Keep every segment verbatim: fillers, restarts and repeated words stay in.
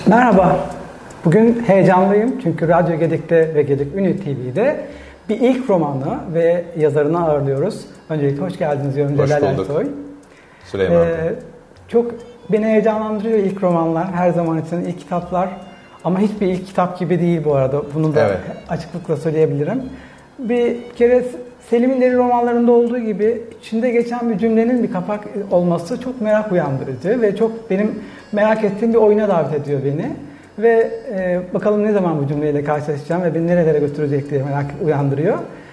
Merhaba, bugün heyecanlıyım çünkü Radyo Gedik'te ve Gedik Ünlü T V'de bir ilk romanı ve yazarını ağırlıyoruz. Öncelikle hoş geldiniz diyorum Celal Ersoy. Süleyman Bey. Ee, çok beni heyecanlandırıyor ilk romanlar, her zaman için ilk kitaplar. Ama hiçbir ilk kitap gibi değil bu arada, bunu da evet. açıklıkla söyleyebilirim. Bir kere Selim İleri romanlarında olduğu gibi içinde geçen bir cümlenin bir kapak olması çok merak uyandırıcı ve çok benim merak ettiğim bir oyuna davet ediyor beni. Ve e, bakalım ne zaman bu cümleyle karşılaşacağım ve beni nerelere götürecek diye merak uyandırıyor.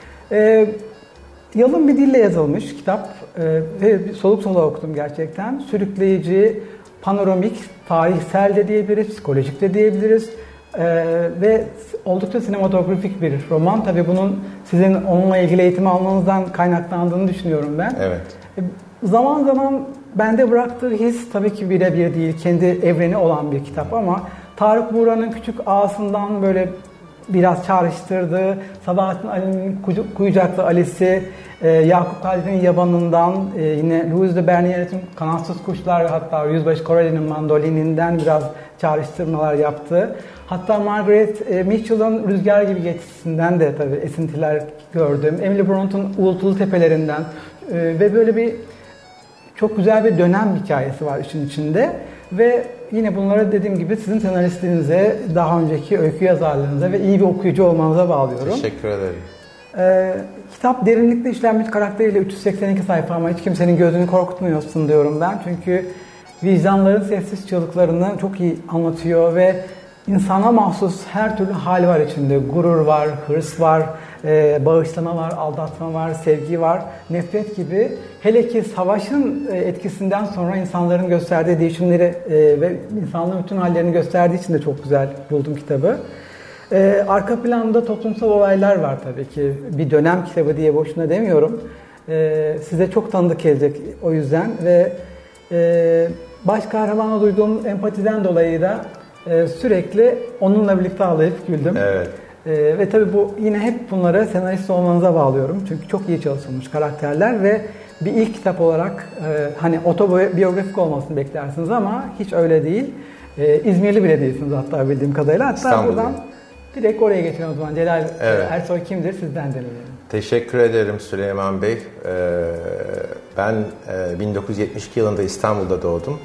E, yalın bir dille yazılmış kitap e, ve soluk soluğa okudum gerçekten. Sürükleyici, panoramik, tarihsel de diyebiliriz, psikolojik de diyebiliriz. Ee, ve oldukça sinematografik bir roman. Tabii bunun sizin onunla ilgili eğitim almanızdan kaynaklandığını düşünüyorum ben. Evet. Ee, zaman zaman bende bıraktığı his tabii ki birebir değil, kendi evreni olan bir kitap ama Tarık Buğra'nın küçük ağasından böyle biraz çağrıştırdığı, Sabahattin Ali'nin Kuyucaklı Ali'si, e, Yakup Kadri'nin Yabanı'ndan, e, yine Louis de Bernier'in Kanatsız Kuşlar ve hatta Yüzbaşı Corelli'nin Mandolini'nden biraz çağrıştırmalar yaptı. Hatta Margaret Mitchell'ın Rüzgar Gibi Geçişinden de tabii esintiler gördüm. Emily Bronte'un Uğultulu Tepelerinden e, ve böyle bir çok güzel bir dönem hikayesi var işin içinde. Ve yine bunları dediğim gibi sizin senaristliğinize, daha önceki öykü yazarlarınıza ve iyi bir okuyucu olmanıza bağlıyorum. Teşekkür ederim. Ee, kitap derinlikli işlenmiş karakteriyle üç yüz seksen iki sayfa ama hiç kimsenin gözünü korkutmuyorsun diyorum ben. Çünkü vicdanların sessiz çığlıklarını çok iyi anlatıyor ve insana mahsus her türlü hal var içinde. Gurur var, hırs var, e, bağışlama var, aldatma var, sevgi var, nefret gibi. Hele ki savaşın etkisinden sonra insanların gösterdiği değişimleri e, ve insanlığın bütün hallerini gösterdiği için de çok güzel buldum kitabı. E, arka planda toplumsal olaylar var tabii ki. Bir dönem kitabı diye boşuna demiyorum. E, size çok tanıdık gelecek o yüzden ve e, baş kahramana duyduğum empatiden dolayı da Ee, sürekli onunla birlikte ağlayıp güldüm. Evet. Ee, ve tabii bu yine hep bunları senarist olmanıza bağlıyorum. Çünkü çok iyi çalışılmış karakterler ve bir ilk kitap olarak e, hani otobiyografik olmasını beklersiniz ama hiç öyle değil. Ee, İzmirli bile değilsiniz hatta bildiğim kadarıyla. Hatta İstanbul'da. buradan direkt oraya geçelim o zaman. Celal evet. Ersoy kimdir? Sizden deneyelim. Teşekkür ederim Süleyman Bey. Ee, ben e, bin dokuz yüz yetmiş iki yılında İstanbul'da doğdum.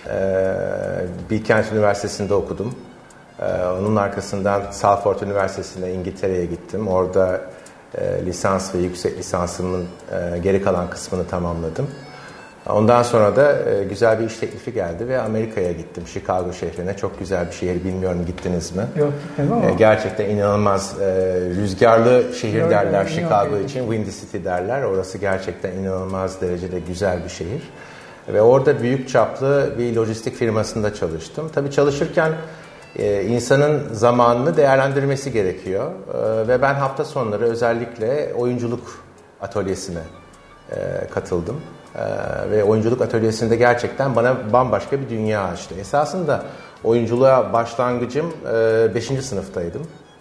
Bilkent Üniversitesi'nde okudum. Onun arkasından Salford Üniversitesi'ne İngiltere'ye gittim. Orada lisans ve yüksek lisansımın geri kalan kısmını tamamladım. Ondan sonra da güzel bir iş teklifi geldi ve Amerika'ya gittim. Chicago şehrine. Çok güzel bir şehir. Bilmiyorum gittiniz mi? Yok, gitmedim ama. Gerçekten inanılmaz rüzgarlı şehir yok, derler yok, Chicago yok, için. Windy City derler. Orası gerçekten inanılmaz derecede güzel bir şehir. Ve orada büyük çaplı bir lojistik firmasında çalıştım. Tabii çalışırken e, insanın zamanını değerlendirmesi gerekiyor. E, ve ben hafta sonları özellikle oyunculuk atölyesine e, katıldım. E, ve oyunculuk atölyesinde gerçekten bana bambaşka bir dünya açtı. Esasında oyunculuğa başlangıcım e, beşinci sınıftaydım.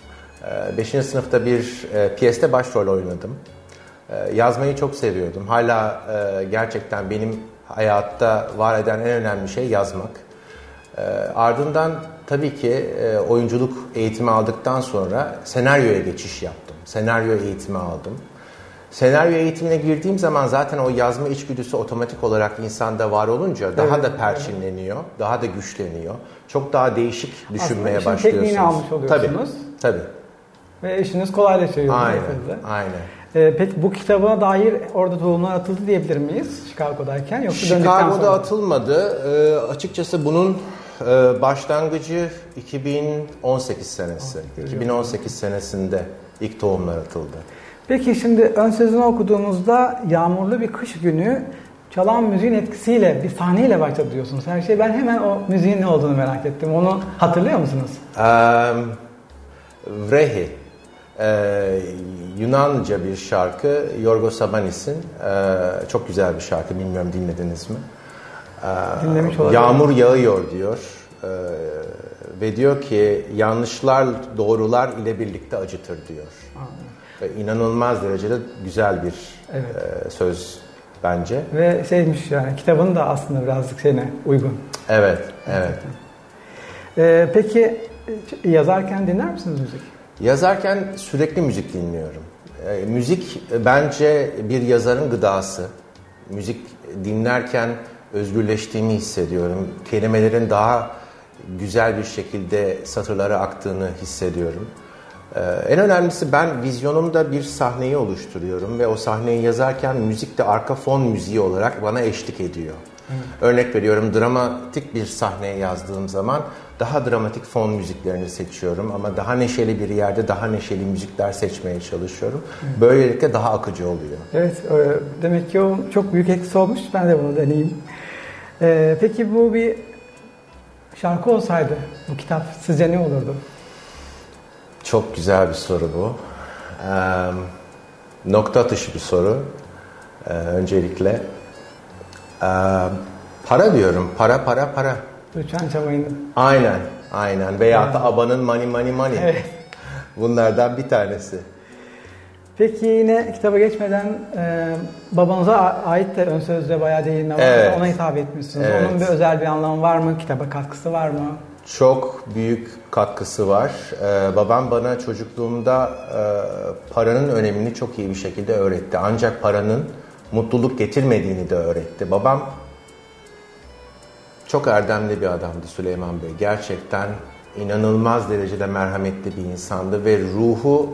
E, beşinci sınıfta bir e, piyeste başrol oynadım. E, yazmayı çok seviyordum. Hala e, gerçekten benim hayatta var eden en önemli şey yazmak. E, ardından tabii ki e, oyunculuk eğitimi aldıktan sonra senaryoya geçiş yaptım. Senaryo eğitimi aldım. Senaryo eğitimine girdiğim zaman zaten o yazma içgüdüsü otomatik olarak insanda var olunca evet, daha da perçinleniyor, evet. daha da güçleniyor. Çok daha değişik düşünmeye aslında başlıyorsunuz. Tekniğini almış oluyorsunuz. Tabii, tabii. Ve işiniz kolaylaşıyor. Aynen, aynen. Peki bu kitaba dair orada tohumlar atıldı diyebilir miyiz Chicago'dayken? Yoksa Chicago'da atılmadı. E, açıkçası bunun e, başlangıcı iki bin on sekiz senesi. iki bin on sekiz senesinde ilk tohumlar atıldı. Peki şimdi ön sözünü okuduğumuzda yağmurlu bir kış günü çalan müziğin etkisiyle bir sahneyle başladı diyorsunuz. Her şey ben hemen o müziğin ne olduğunu merak ettim. Onu hatırlıyor musunuz? Um, Vrehi. Ee, Yunanca bir şarkı, Yorgos Sabanis'in ee, çok güzel bir şarkı, bilmiyorum dinlediniz mi? Ee, Dinlemiş olabilirim. Yağmur yağıyor diyor ee, ve diyor ki yanlışlar doğrular ile birlikte acıtır diyor. Ve inanılmaz derecede güzel bir evet. ee, söz bence. Ve şeymiş yani kitabın da aslında birazcık şeyine uygun. Evet, evet. Ee, peki yazarken dinler misiniz müzik? Yazarken sürekli müzik dinliyorum. E, müzik bence bir yazarın gıdası. Müzik dinlerken özgürleştiğimi hissediyorum. Kelimelerin daha güzel bir şekilde satırlara aktığını hissediyorum. Ee, en önemlisi ben vizyonumda bir sahneyi oluşturuyorum ve o sahneyi yazarken müzik de arka fon müziği olarak bana eşlik ediyor. Evet. Örnek veriyorum, dramatik bir sahneye yazdığım zaman daha dramatik fon müziklerini seçiyorum ama daha neşeli bir yerde daha neşeli müzikler seçmeye çalışıyorum. Evet. Böylelikle daha akıcı oluyor. Evet, demek ki o çok büyük etkisi olmuş. Ben de bunu deneyeyim. Ee, peki bu bir şarkı olsaydı bu kitap sizce ne olurdu? Çok güzel bir soru bu. Ee, nokta atışı bir soru. Ee, öncelikle. Ee, para diyorum. Para, para, para. Lütfen çabayın. Aynen, aynen. Veyahut da ABBA'nın Money, Money, Money. Evet. Bunlardan bir tanesi. Peki yine kitaba geçmeden e, babanıza ait de ön sözde bayağı değinme var. Evet. Ona hitap etmişsiniz. Evet. Onun bir özel bir anlamı var mı? Kitaba katkısı var mı? Çok büyük katkısı var. Ee, babam bana çocukluğumda e, paranın önemini çok iyi bir şekilde öğretti. Ancak paranın mutluluk getirmediğini de öğretti. Babam çok erdemli bir adamdı, Süleyman Bey. Gerçekten inanılmaz derecede merhametli bir insandı ve ruhu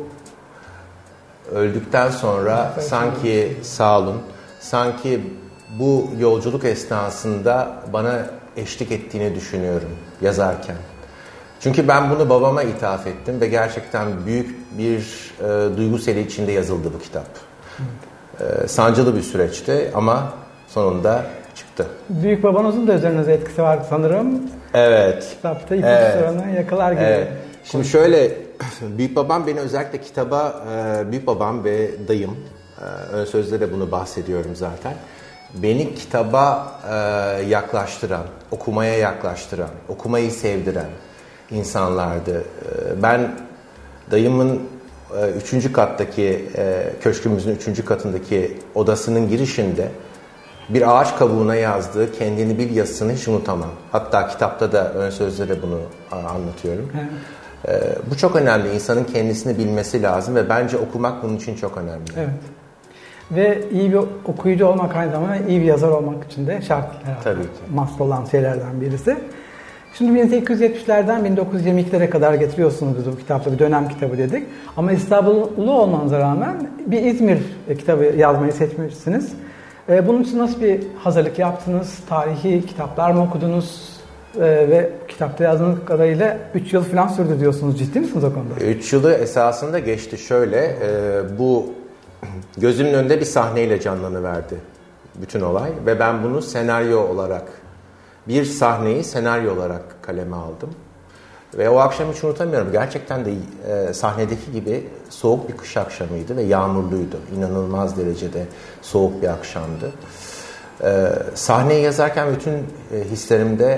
öldükten sonra evet, sanki sağ olun, sanki bu yolculuk esnasında bana eşlik ettiğini düşünüyorum yazarken. Çünkü ben bunu babama ithaf ettim ve gerçekten büyük bir e, duygu seli içinde yazıldı bu kitap. E, sancılı bir süreçti ama sonunda çıktı. Büyük babanızın da üzerinize etkisi var sanırım. Evet. Kitapta ipucu evet. sıranı yakalar gibi. Evet. Şimdi şöyle, büyük babam beni özellikle kitaba, e, büyük babam ve dayım, e, ön sözde de bunu bahsediyorum zaten. Beni kitaba e, yaklaştıran, okumaya yaklaştıran, okumayı sevdiren insanlardı. E, ben dayımın e, üçüncü kattaki, e, köşkümüzün üçüncü katındaki odasının girişinde bir ağaç kabuğuna yazdığı kendini bil yazısını hiç unutamam. Hatta kitapta da ön sözde de bunu anlatıyorum. Evet. E, bu çok önemli. İnsanın kendisini bilmesi lazım ve bence okumak bunun için çok önemli. Evet. Ve iyi bir okuyucu olmak aynı zamanda iyi bir yazar olmak için de şart herhalde. Tabii ki. Must olan şeylerden birisi. Şimdi bin sekiz yüz yetmişlerden bin dokuz yüz yirmi ikilere kadar getiriyorsunuz bu kitapta, bir dönem kitabı dedik. Ama İstanbullu olmanıza rağmen bir İzmir kitabı yazmayı seçmişsiniz. Bunun için nasıl bir hazırlık yaptınız? Tarihi kitaplar mı okudunuz? Ve kitapta yazdığınız kadarıyla üç yıl falan sürdü diyorsunuz. Ciddi misiniz o konuda? üç yılı esasında geçti şöyle. Bu gözümün önünde bir sahneyle canlanıverdi bütün olay ve ben bunu senaryo olarak, bir sahneyi senaryo olarak kaleme aldım. Ve o akşam hiç unutamıyorum. Gerçekten de e, sahnedeki gibi soğuk bir kış akşamıydı ve yağmurluydu. İnanılmaz derecede soğuk bir akşamdı. E, sahneyi yazarken bütün e, hislerimde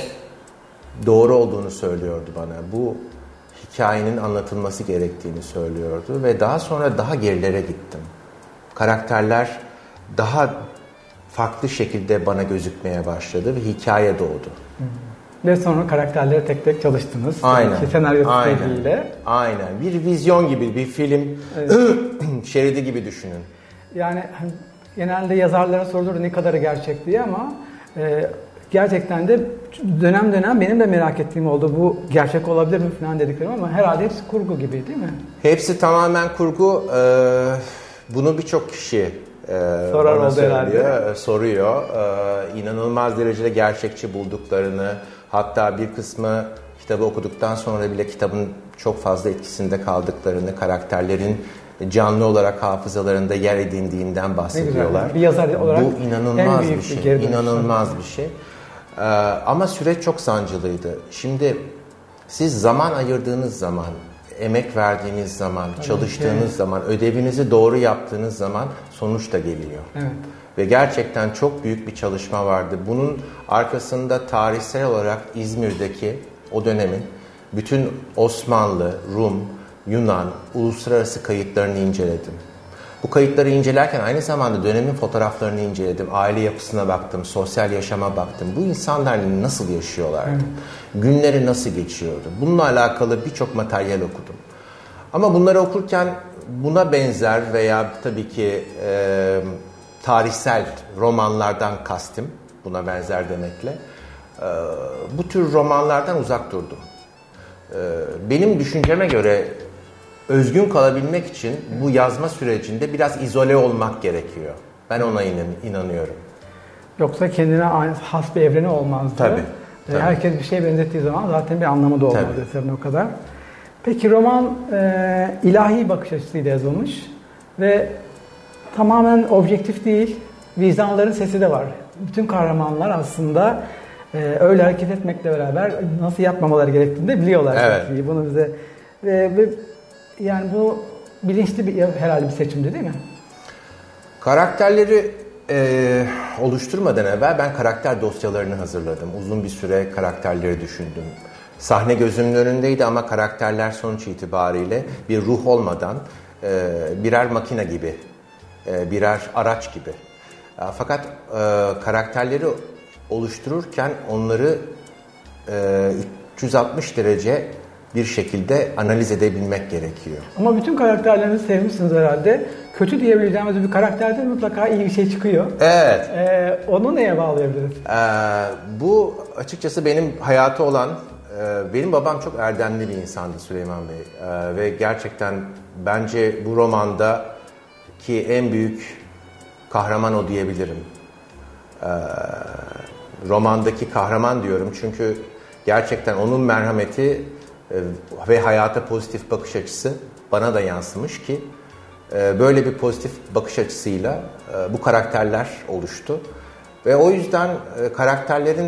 doğru olduğunu söylüyordu bana. Bu hikayenin anlatılması gerektiğini söylüyordu ve daha sonra daha gerilere gittim. Karakterler daha farklı şekilde bana gözükmeye başladı ve hikaye doğdu. Hmm. Ve sonra karakterleri tek tek çalıştınız. Aynen. Senaryo Aynen. stiliyle. Aynen. Bir vizyon gibi, bir film evet. şeridi gibi düşünün. Yani genelde yazarlara sorulur ne kadarı gerçek diye ama e, gerçekten de dönem dönem benim de merak ettiğim oldu. Bu gerçek olabilir mi falan dediklerim ama herhalde hepsi kurgu gibi değil mi? Hepsi tamamen kurgu. Ee, bunu birçok kişi e, Sorar bana oldu söylüyor, herhalde. soruyor. Ee, inanılmaz derecede gerçekçi bulduklarını, hatta bir kısmı kitabı okuduktan sonra bile kitabın çok fazla etkisinde kaldıklarını, karakterlerin canlı olarak hafızalarında yer edindiğinden bahsediyorlar. Bir yazar olarak bu inanılmaz bir şey. Bir inanılmaz bir şey. Ee, ama süreç çok sancılıydı. Şimdi siz zaman ayırdığınız zaman, emek verdiğiniz zaman, tabii çalıştığınız ki. zaman, ödevinizi doğru yaptığınız zaman sonuç da geliyor. Evet. Ve gerçekten çok büyük bir çalışma vardı. Bunun arkasında tarihsel olarak İzmir'deki o dönemin bütün Osmanlı, Rum, Yunan, uluslararası kayıtlarını inceledim. Bu kayıtları incelerken aynı zamanda dönemin fotoğraflarını inceledim, aile yapısına baktım, sosyal yaşama baktım. Bu insanlar nasıl yaşıyorlardı? Hı. Günleri nasıl geçiyordu? Bununla alakalı birçok materyal okudum. Ama bunları okurken buna benzer veya tabii ki e, tarihsel romanlardan kastım, buna benzer demekle, e, bu tür romanlardan uzak durdum. E, benim düşünceme göre özgün kalabilmek için bu yazma sürecinde biraz izole olmak gerekiyor. Ben ona inan, inanıyorum. Yoksa kendine has bir evreni olmazdı. Tabii. tabii. Herkes bir şey benzettiği zaman zaten bir anlamı da olmaz eserin o kadar. Peki roman e, ilahi bakış açısıyla yazılmış ve tamamen objektif değil, vicdanların sesi de var. Bütün kahramanlar aslında e, öyle hareket etmekle beraber nasıl yapmamaları gerektiğini de biliyorlar. Evet. Bunu bize ve, ve yani bu bilinçli bir herhalde bir seçimdi değil mi? Karakterleri e, oluşturmadan evvel ben karakter dosyalarını hazırladım. Uzun bir süre karakterleri düşündüm. Sahne gözümün önündeydi ama karakterler sonuç itibariyle bir ruh olmadan e, birer makine gibi, e, birer araç gibi. E, fakat e, karakterleri oluştururken onları e, üç yüz altmış derece bir şekilde analiz edebilmek gerekiyor. Ama bütün karakterlerinizi sevmişsiniz herhalde. Kötü diyebileceğimiz bir karakterde mutlaka iyi bir şey çıkıyor. Evet. Ee, onu neye bağlayabiliriz? Ee, bu açıkçası benim hayatı olan, e, benim babam çok erdemli bir insandı Süleyman Bey. E, ve gerçekten bence bu romanda ki en büyük kahraman o diyebilirim. E, romandaki kahraman diyorum çünkü gerçekten onun merhameti ve hayata pozitif bakış açısı bana da yansımış ki böyle bir pozitif bakış açısıyla bu karakterler oluştu. Ve o yüzden karakterlerin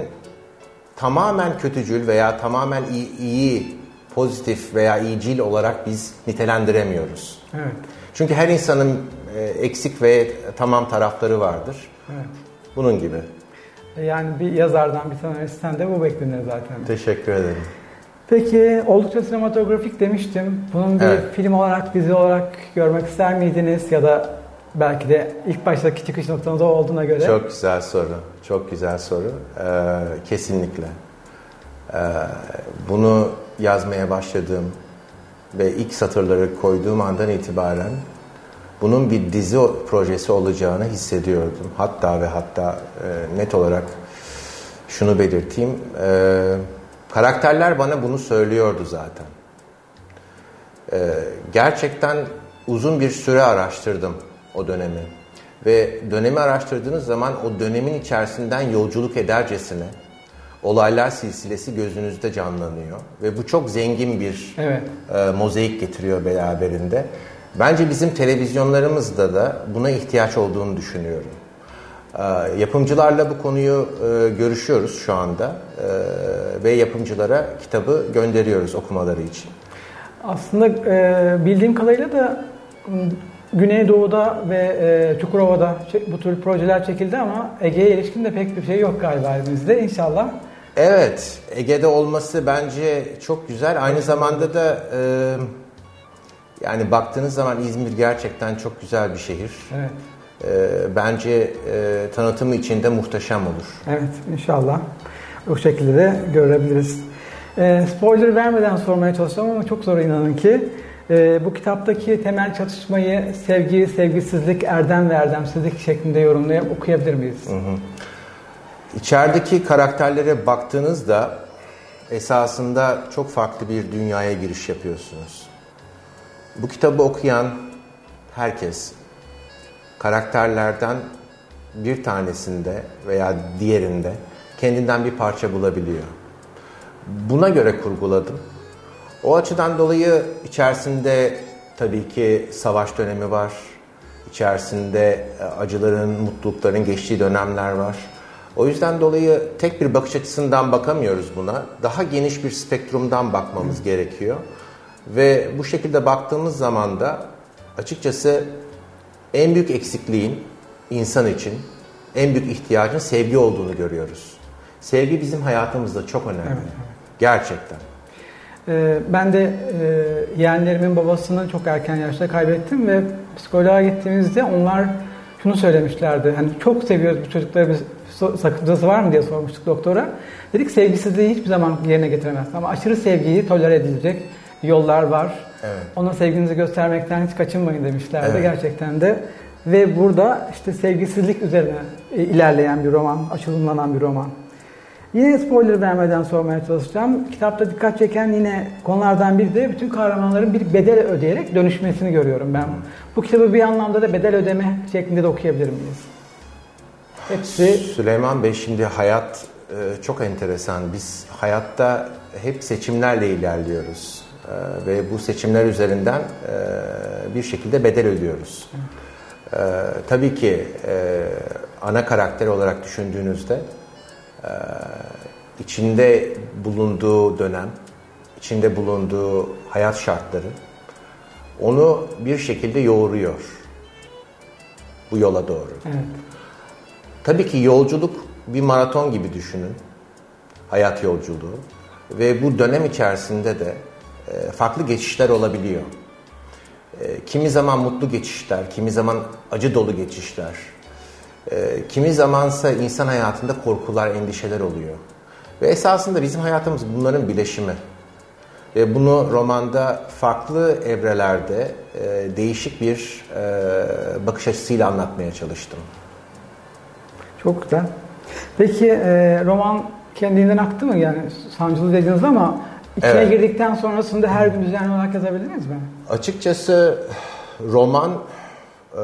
tamamen kötücül veya tamamen iyi, iyi pozitif veya iyicil olarak biz nitelendiremiyoruz. Evet. Çünkü her insanın eksik ve tamam tarafları vardır. Evet. Bunun gibi. Yani bir yazardan, bir senaristten de bu beklenir zaten. Teşekkür ederim. Peki oldukça sinematografik demiştim. Bunun bir evet. film olarak, dizi olarak görmek ister miydiniz? Ya da belki de ilk baştaki çıkış noktanız o olduğuna göre. Çok güzel soru. Çok güzel soru. Ee, kesinlikle. Ee, bunu yazmaya başladığım ve ilk satırları koyduğum andan itibaren bunun bir dizi projesi olacağını hissediyordum. Hatta ve hatta e, net olarak şunu belirteyim. E, karakterler bana bunu söylüyordu zaten. E, gerçekten uzun bir süre araştırdım o dönemi. Ve dönemi araştırdığınız zaman o dönemin içerisinden yolculuk edercesine olaylar silsilesi gözünüzde canlanıyor. Ve bu çok zengin bir evet. e, mozaik getiriyor beraberinde. Bence bizim televizyonlarımızda da buna ihtiyaç olduğunu düşünüyorum. Ee, yapımcılarla bu konuyu e, görüşüyoruz şu anda e, ve yapımcılara kitabı gönderiyoruz okumaları için. Aslında e, bildiğim kadarıyla da Güneydoğu'da ve e, Çukurova'da bu tür projeler çekildi ama Ege'ye ilişkin de pek bir şey yok galiba elimizde inşallah. Evet, Ege'de olması bence çok güzel. Aynı zamanda da e, yani baktığınız zaman İzmir gerçekten çok güzel bir şehir. Evet. E, bence e, tanıtımı için de muhteşem olur. Evet, inşallah o şekilde de görebiliriz. E, spoiler vermeden sormaya çalışacağım ama çok zor inanın ki. E, bu kitaptaki temel çatışmayı sevgi, sevgisizlik, erdem ve erdemsizlik şeklinde yorumlayıp okuyabilir miyiz? Hı hı. İçerideki karakterlere baktığınızda esasında çok farklı bir dünyaya giriş yapıyorsunuz. Bu kitabı okuyan herkes karakterlerden bir tanesinde veya diğerinde kendinden bir parça bulabiliyor. Buna göre kurguladım. O açıdan dolayı içerisinde tabii ki savaş dönemi var. İçerisinde acıların, mutlulukların geçtiği dönemler var. O yüzden dolayı tek bir bakış açısından bakamıyoruz buna. Daha geniş bir spektrumdan bakmamız gerekiyor. Ve bu şekilde baktığımız zaman da açıkçası en büyük eksikliğin insan için en büyük ihtiyacın sevgi olduğunu görüyoruz. Sevgi bizim hayatımızda çok önemli. Evet, evet. Gerçekten. Ee, ben de e, yeğenlerimin babasını çok erken yaşta kaybettim ve psikoloğa gittiğimizde onlar şunu söylemişlerdi. Hani çok seviyoruz bu çocukları, bir sakıncası var mı diye sormuştuk doktora. Dedik sevgisizliği hiçbir zaman yerine getiremezsin ama aşırı sevgiyi tolere edilecek yollar var. Evet. Ona sevginizi göstermekten hiç kaçınmayın demişlerdi, evet. gerçekten de. Ve burada işte sevgisizlik üzerine ilerleyen bir roman, açılımlanan bir roman. Yine spoiler vermeden sormaya çalışacağım. Kitapta dikkat çeken yine konulardan biri de bütün kahramanların bir bedel ödeyerek dönüşmesini görüyorum ben. Bu kitabı bir anlamda da bedel ödeme şeklinde de okuyabilir miyiz? Hepsi... Süleyman Bey, şimdi hayat e, çok enteresan. Biz hayatta hep seçimlerle ilerliyoruz. E, ve bu seçimler üzerinden e, bir şekilde bedel ödüyoruz. E, tabii ki e, ana karakter olarak düşündüğünüzde e, içinde bulunduğu dönem, içinde bulunduğu hayat şartları onu bir şekilde yoğuruyor bu yola doğru. Evet. Tabii ki yolculuk bir maraton gibi düşünün, hayat yolculuğu ve bu dönem içerisinde de e, farklı geçişler olabiliyor. E, kimi zaman mutlu geçişler, kimi zaman acı dolu geçişler, e, kimi zamansa insan hayatında korkular, endişeler oluyor. Ve esasında bizim hayatımız bunların bileşimi. Ve bunu romanda farklı evrelerde e, değişik bir e, bakış açısıyla anlatmaya çalıştım. Çok güzel. Peki e, roman kendinden aktı mı? Yani sancılı dediniz ama içine evet. girdikten sonrasında her gün düzenli olarak yazabildiniz mi? Açıkçası roman e,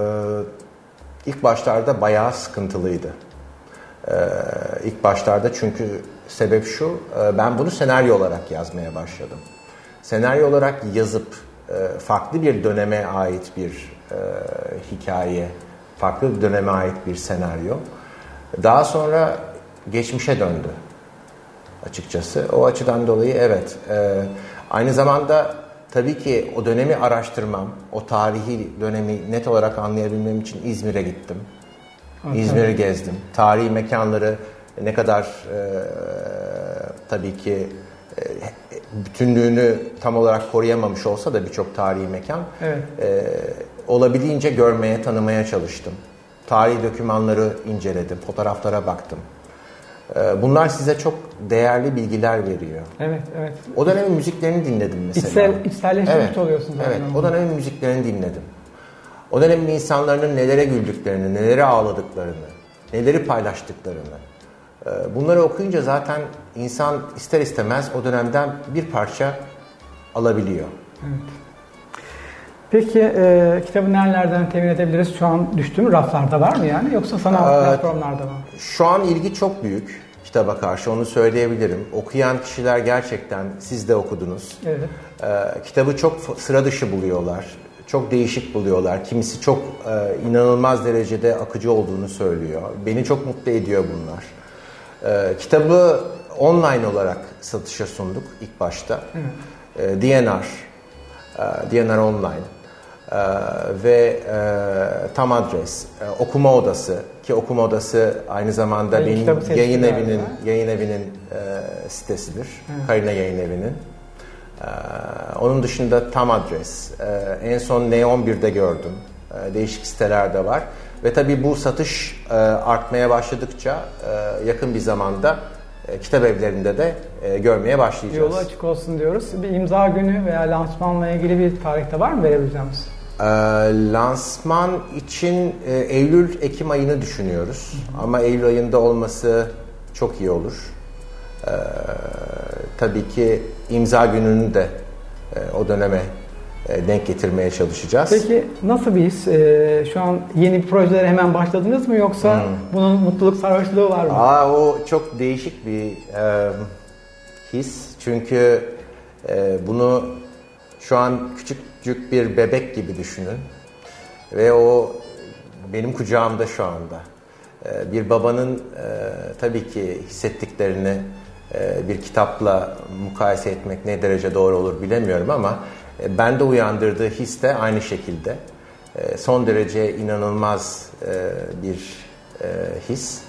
ilk başlarda bayağı sıkıntılıydı. E, ilk başlarda çünkü sebep şu, e, ben bunu senaryo olarak yazmaya başladım. Senaryo olarak yazıp e, farklı bir döneme ait bir e, hikaye, farklı bir döneme ait bir senaryo. Daha sonra geçmişe döndü açıkçası. O açıdan dolayı evet. E, aynı zamanda tabii ki o dönemi araştırmam, o tarihi dönemi net olarak anlayabilmem için İzmir'e gittim. Okay. İzmir'i gezdim. Tarihi mekanları ne kadar e, tabii ki e, bütünlüğünü tam olarak koruyamamış olsa da birçok tarihi mekan evet. e, olabildiğince görmeye, tanımaya çalıştım. Tarihi dokümanları inceledim, fotoğraflara baktım. E, bunlar size çok değerli bilgiler veriyor. Evet, evet. O dönemin müziklerini dinledim mesela. İçsel, içselleştirmiş evet, oluyorsunuz. Evet, o dönemin müziklerini dinledim. O dönemin insanların nelere güldüklerini, nelere ağladıklarını, neleri paylaştıklarını. Bunları okuyunca zaten insan ister istemez o dönemden bir parça alabiliyor. Evet. Peki e, kitabı nerelerden temin edebiliriz? Şu an düştü mü? Raflarda var mı yani? Yoksa sanal ee, platformlarda mı? Şu an ilgi çok büyük kitaba karşı, onu söyleyebilirim. Okuyan kişiler gerçekten, siz de okudunuz. Evet. Ee, kitabı çok sıra dışı buluyorlar. Çok değişik buluyorlar. Kimisi çok e, inanılmaz derecede akıcı olduğunu söylüyor. Beni çok mutlu ediyor bunlar. Ee, kitabı online olarak satışa sunduk ilk başta. Ee, D N R, e, D N R Online e, ve e, tam adres, e, okuma odası ki okuma odası aynı zamanda yani benim yayın evinin ya. yayın evinin e, sitesidir. Evet. Karina Yayın Evi'nin. E, onun dışında tam adres. E, en son N on bir'de gördüm. E, değişik siteler de var. Ve tabii bu satış e, artmaya başladıkça e, yakın bir zamanda e, kitap evlerinde de e, görmeye başlayacağız. Yolu açık olsun diyoruz. Bir imza günü veya lansmanla ilgili bir tarihte var mı verebileceğimiz? E, lansman için e, Eylül-Ekim ayını düşünüyoruz. Hı hı. Ama Eylül ayında olması çok iyi olur. E, tabii ki imza gününü de e, o döneme denk getirmeye çalışacağız. Peki nasıl bir his? Ee, şu an yeni bir projelere hemen başladınız mı yoksa hmm. bunun mutluluk sarhoşluğu var mı? Aa, o çok değişik bir e, his. Çünkü e, bunu şu an küçücük bir bebek gibi düşünün. Ve o benim kucağımda şu anda. E, bir babanın e, tabii ki hissettiklerini e, bir kitapla mukayese etmek ne derece doğru olur bilemiyorum ama bende uyandırdığı his de aynı şekilde. Son derece inanılmaz bir his.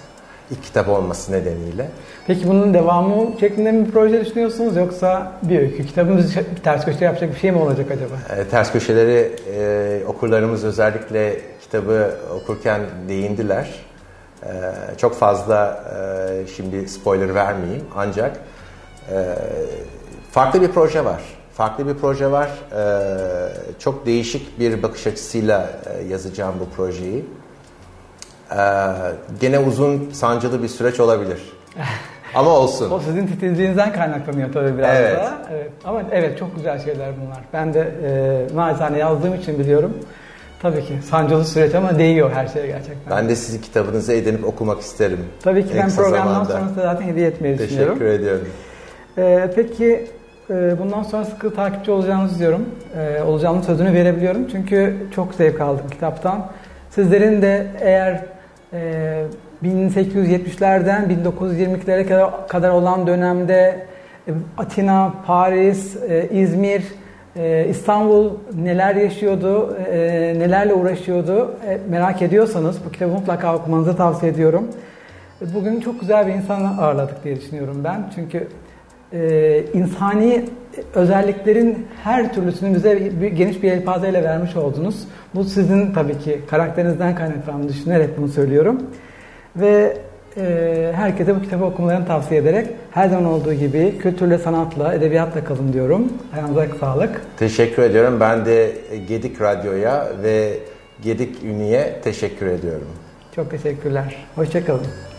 İlk kitap olması nedeniyle. Peki bunun devamı şeklinde mi bir proje düşünüyorsunuz yoksa bir öykü kitabımız ters köşe yapacak bir şey mi olacak acaba? E, ters köşeleri e, okurlarımız özellikle kitabı okurken değindiler. E, çok fazla e, şimdi spoiler vermeyeyim ancak e, farklı bir proje var. Farklı bir proje var. E, çok değişik bir bakış açısıyla e, yazacağım bu projeyi. E, gene uzun, sancılı bir süreç olabilir. Ama olsun. O sizin titizliğinizden kaynaklanıyor tabii biraz evet. da. Evet. Ama evet çok güzel şeyler bunlar. Ben de e, naçizane yazdığım için biliyorum. Tabii ki sancılı süreç ama değiyor her şeye gerçekten. Ben de sizin kitabınızı edinip okumak isterim. Tabii ki ben programdan sonra zaten hediye etmeyi Teşekkür düşünüyorum. Teşekkür ediyorum. E, peki e, bundan sonra sıkı takipçi olacağınızı diyorum. E, olacağımın sözünü verebiliyorum. Çünkü çok zevk aldım kitaptan. Sizlerin de eğer e, bin sekiz yüz yetmişlerden bin dokuz yüz yirmi ikilere kadar olan dönemde Atina, Paris, İzmir, İstanbul neler yaşıyordu, nelerle uğraşıyordu merak ediyorsanız bu kitabı mutlaka okumanızı tavsiye ediyorum. Bugün çok güzel bir insan ağırladık diye düşünüyorum ben. Çünkü insani özelliklerin her türlüsünü bize geniş bir yelpazeyle vermiş oldunuz. Bu sizin tabii ki karakterinizden kaynaklandığını düşünerek bunu söylüyorum. Ve e, herkese bu kitabı okumalarını tavsiye ederek her zaman olduğu gibi kültürle, sanatla, edebiyatla kalın diyorum. Ayağınıza sağlık. Teşekkür ediyorum. Ben de Gedik Radyo'ya ve Gedik Üni'ye teşekkür ediyorum. Çok teşekkürler. Hoşça kalın.